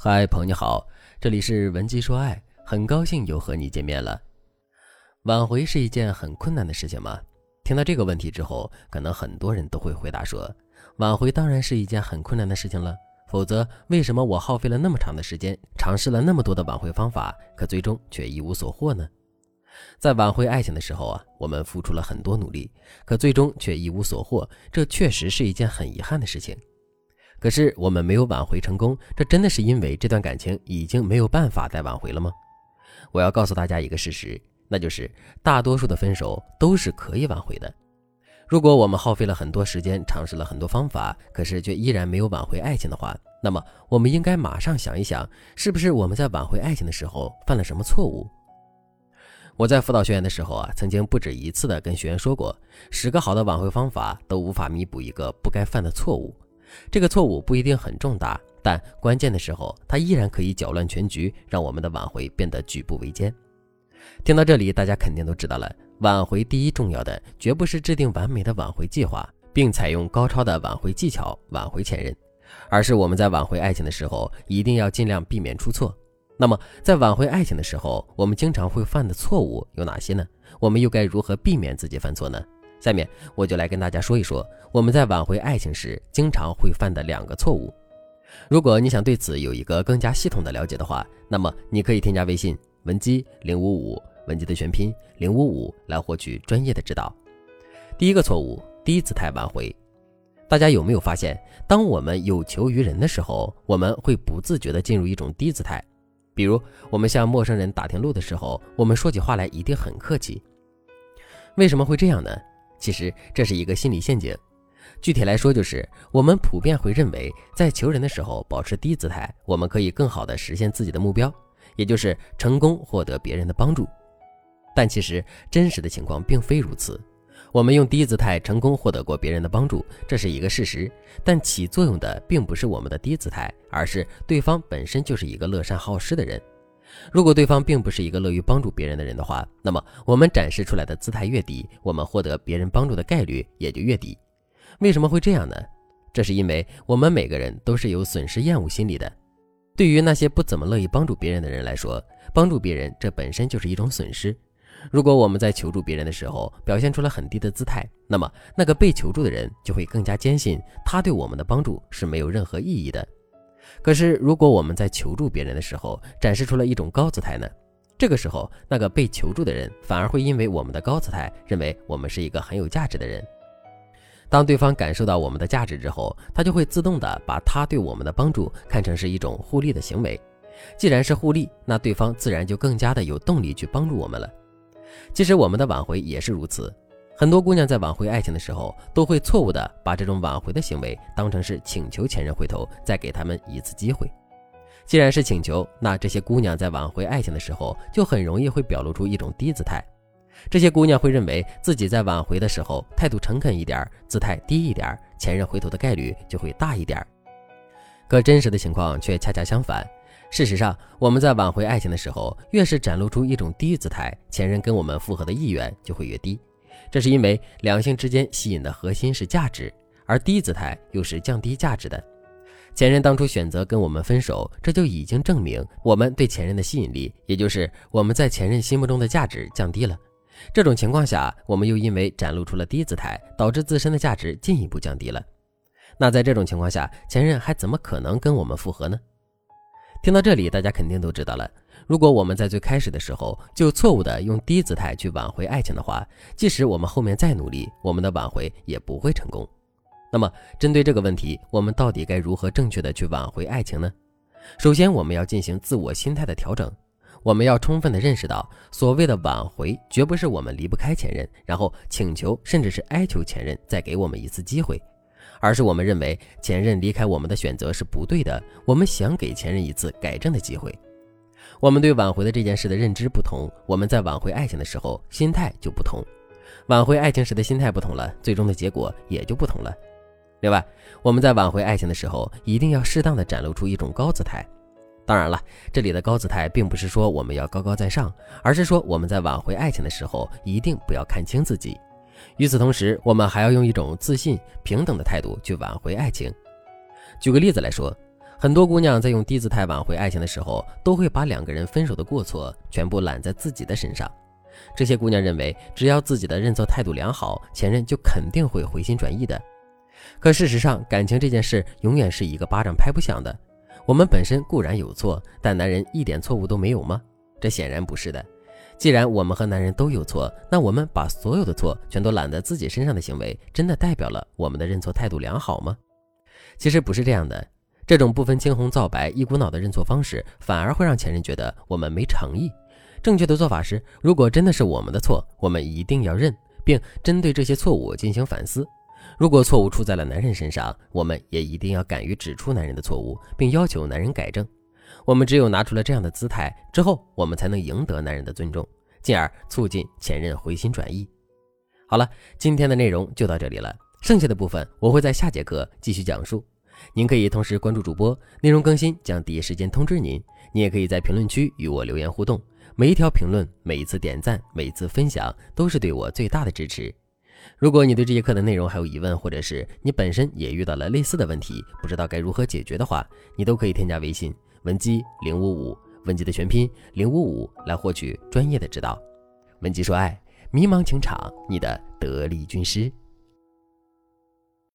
嗨，朋友你好，这里是文姬说爱，很高兴又和你见面了。挽回是一件很困难的事情吗？听到这个问题之后，可能很多人都会回答说，挽回当然是一件很困难的事情了，否则为什么我耗费了那么长的时间，尝试了那么多的挽回方法，可最终却一无所获呢？在挽回爱情的时候我们付出了很多努力，可最终却一无所获，这确实是一件很遗憾的事情。可是我们没有挽回成功，这真的是因为这段感情已经没有办法再挽回了吗？我要告诉大家一个事实，那就是大多数的分手都是可以挽回的。如果我们耗费了很多时间，尝试了很多方法，可是却依然没有挽回爱情的话，那么我们应该马上想一想，是不是我们在挽回爱情的时候犯了什么错误？我在辅导学员的时候曾经不止一次的跟学员说过，10个好的挽回方法都无法弥补一个不该犯的错误。这个错误不一定很重大，但关键的时候它依然可以搅乱全局，让我们的挽回变得举步维艰。听到这里，大家肯定都知道了，挽回第一重要的绝不是制定完美的挽回计划，并采用高超的挽回技巧挽回前任，而是我们在挽回爱情的时候一定要尽量避免出错。那么在挽回爱情的时候，我们经常会犯的错误有哪些呢？我们又该如何避免自己犯错呢？下面我就来跟大家说一说我们在挽回爱情时经常会犯的2个错误。如果你想对此有一个更加系统的了解的话，那么你可以添加微信文姬055，文姬的全拼055，来获取专业的指导。第一个错误，低姿态挽回。大家有没有发现，当我们有求于人的时候，我们会不自觉地进入一种低姿态。比如我们向陌生人打听路的时候，我们说起话来一定很客气。为什么会这样呢？其实这是一个心理陷阱。具体来说，就是我们普遍会认为，在求人的时候保持低姿态，我们可以更好地实现自己的目标，也就是成功获得别人的帮助。但其实真实的情况并非如此。我们用低姿态成功获得过别人的帮助，这是一个事实，但起作用的并不是我们的低姿态，而是对方本身就是一个乐善好施的人。如果对方并不是一个乐于帮助别人的人的话，那么我们展示出来的姿态越低，我们获得别人帮助的概率也就越低。为什么会这样呢？这是因为我们每个人都是有损失厌恶心理的。对于那些不怎么乐意帮助别人的人来说，帮助别人这本身就是一种损失。如果我们在求助别人的时候表现出了很低的姿态，那么那个被求助的人就会更加坚信他对我们的帮助是没有任何意义的。可是如果我们在求助别人的时候展示出了一种高姿态呢？这个时候那个被求助的人反而会因为我们的高姿态认为我们是一个很有价值的人。当对方感受到我们的价值之后，他就会自动的把他对我们的帮助看成是一种互利的行为。既然是互利，那对方自然就更加的有动力去帮助我们了。其实我们的挽回也是如此，很多姑娘在挽回爱情的时候都会错误的把这种挽回的行为当成是请求前任回头，再给他们一次机会。既然是请求，那这些姑娘在挽回爱情的时候就很容易会表露出一种低姿态。这些姑娘会认为自己在挽回的时候态度诚恳一点，姿态低一点，前任回头的概率就会大一点。可真实的情况却恰恰相反。事实上，我们在挽回爱情的时候，越是展露出一种低姿态，前任跟我们复合的意愿就会越低。这是因为两性之间吸引的核心是价值，而低姿态又是降低价值的。前任当初选择跟我们分手，这就已经证明我们对前任的吸引力，也就是我们在前任心目中的价值降低了。这种情况下，我们又因为展露出了低姿态，导致自身的价值进一步降低了。那在这种情况下，前任还怎么可能跟我们复合呢？听到这里，大家肯定都知道了，如果我们在最开始的时候就错误的用低姿态去挽回爱情的话，即使我们后面再努力，我们的挽回也不会成功。那么针对这个问题，我们到底该如何正确的去挽回爱情呢？首先我们要进行自我心态的调整，我们要充分的认识到，所谓的挽回绝不是我们离不开前任，然后请求甚至是哀求前任再给我们一次机会，而是我们认为前任离开我们的选择是不对的，我们想给前任一次改正的机会。我们对挽回的这件事的认知不同，我们在挽回爱情的时候心态就不同，挽回爱情时的心态不同了，最终的结果也就不同了。另外，我们在挽回爱情的时候一定要适当的展露出一种高姿态。当然了，这里的高姿态并不是说我们要高高在上，而是说我们在挽回爱情的时候一定不要看轻自己。与此同时，我们还要用一种自信、平等的态度去挽回爱情。举个例子来说， 很多姑娘在用低姿态挽回爱情的时候，都会把两个人分手的过错全部揽在自己的身上。这些姑娘认为，只要自己的认错态度良好，前任就肯定会回心转意的。可事实上，感情这件事永远是一个巴掌拍不响的。我们本身固然有错，但男人一点错误都没有吗？这显然不是的。既然我们和男人都有错，那我们把所有的错全都揽在自己身上的行为，真的代表了我们的认错态度良好吗？其实不是这样的。这种不分青红皂白一股脑的认错方式，反而会让前任觉得我们没诚意。正确的做法是，如果真的是我们的错，我们一定要认，并针对这些错误进行反思。如果错误出在了男人身上，我们也一定要敢于指出男人的错误，并要求男人改正。我们只有拿出了这样的姿态之后，我们才能赢得男人的尊重，进而促进前任回心转意。好了，今天的内容就到这里了，剩下的部分我会在下节课继续讲述。您可以同时关注主播，内容更新将第一时间通知您。你也可以在评论区与我留言互动，每一条评论、每一次点赞、每一次分享都是对我最大的支持。如果你对这节课的内容还有疑问，或者是你本身也遇到了类似的问题，不知道该如何解决的话，你都可以添加微信文姬055，文姬的全拼055，来获取专业的指导。文姬说爱，迷茫情场，你的得力军师。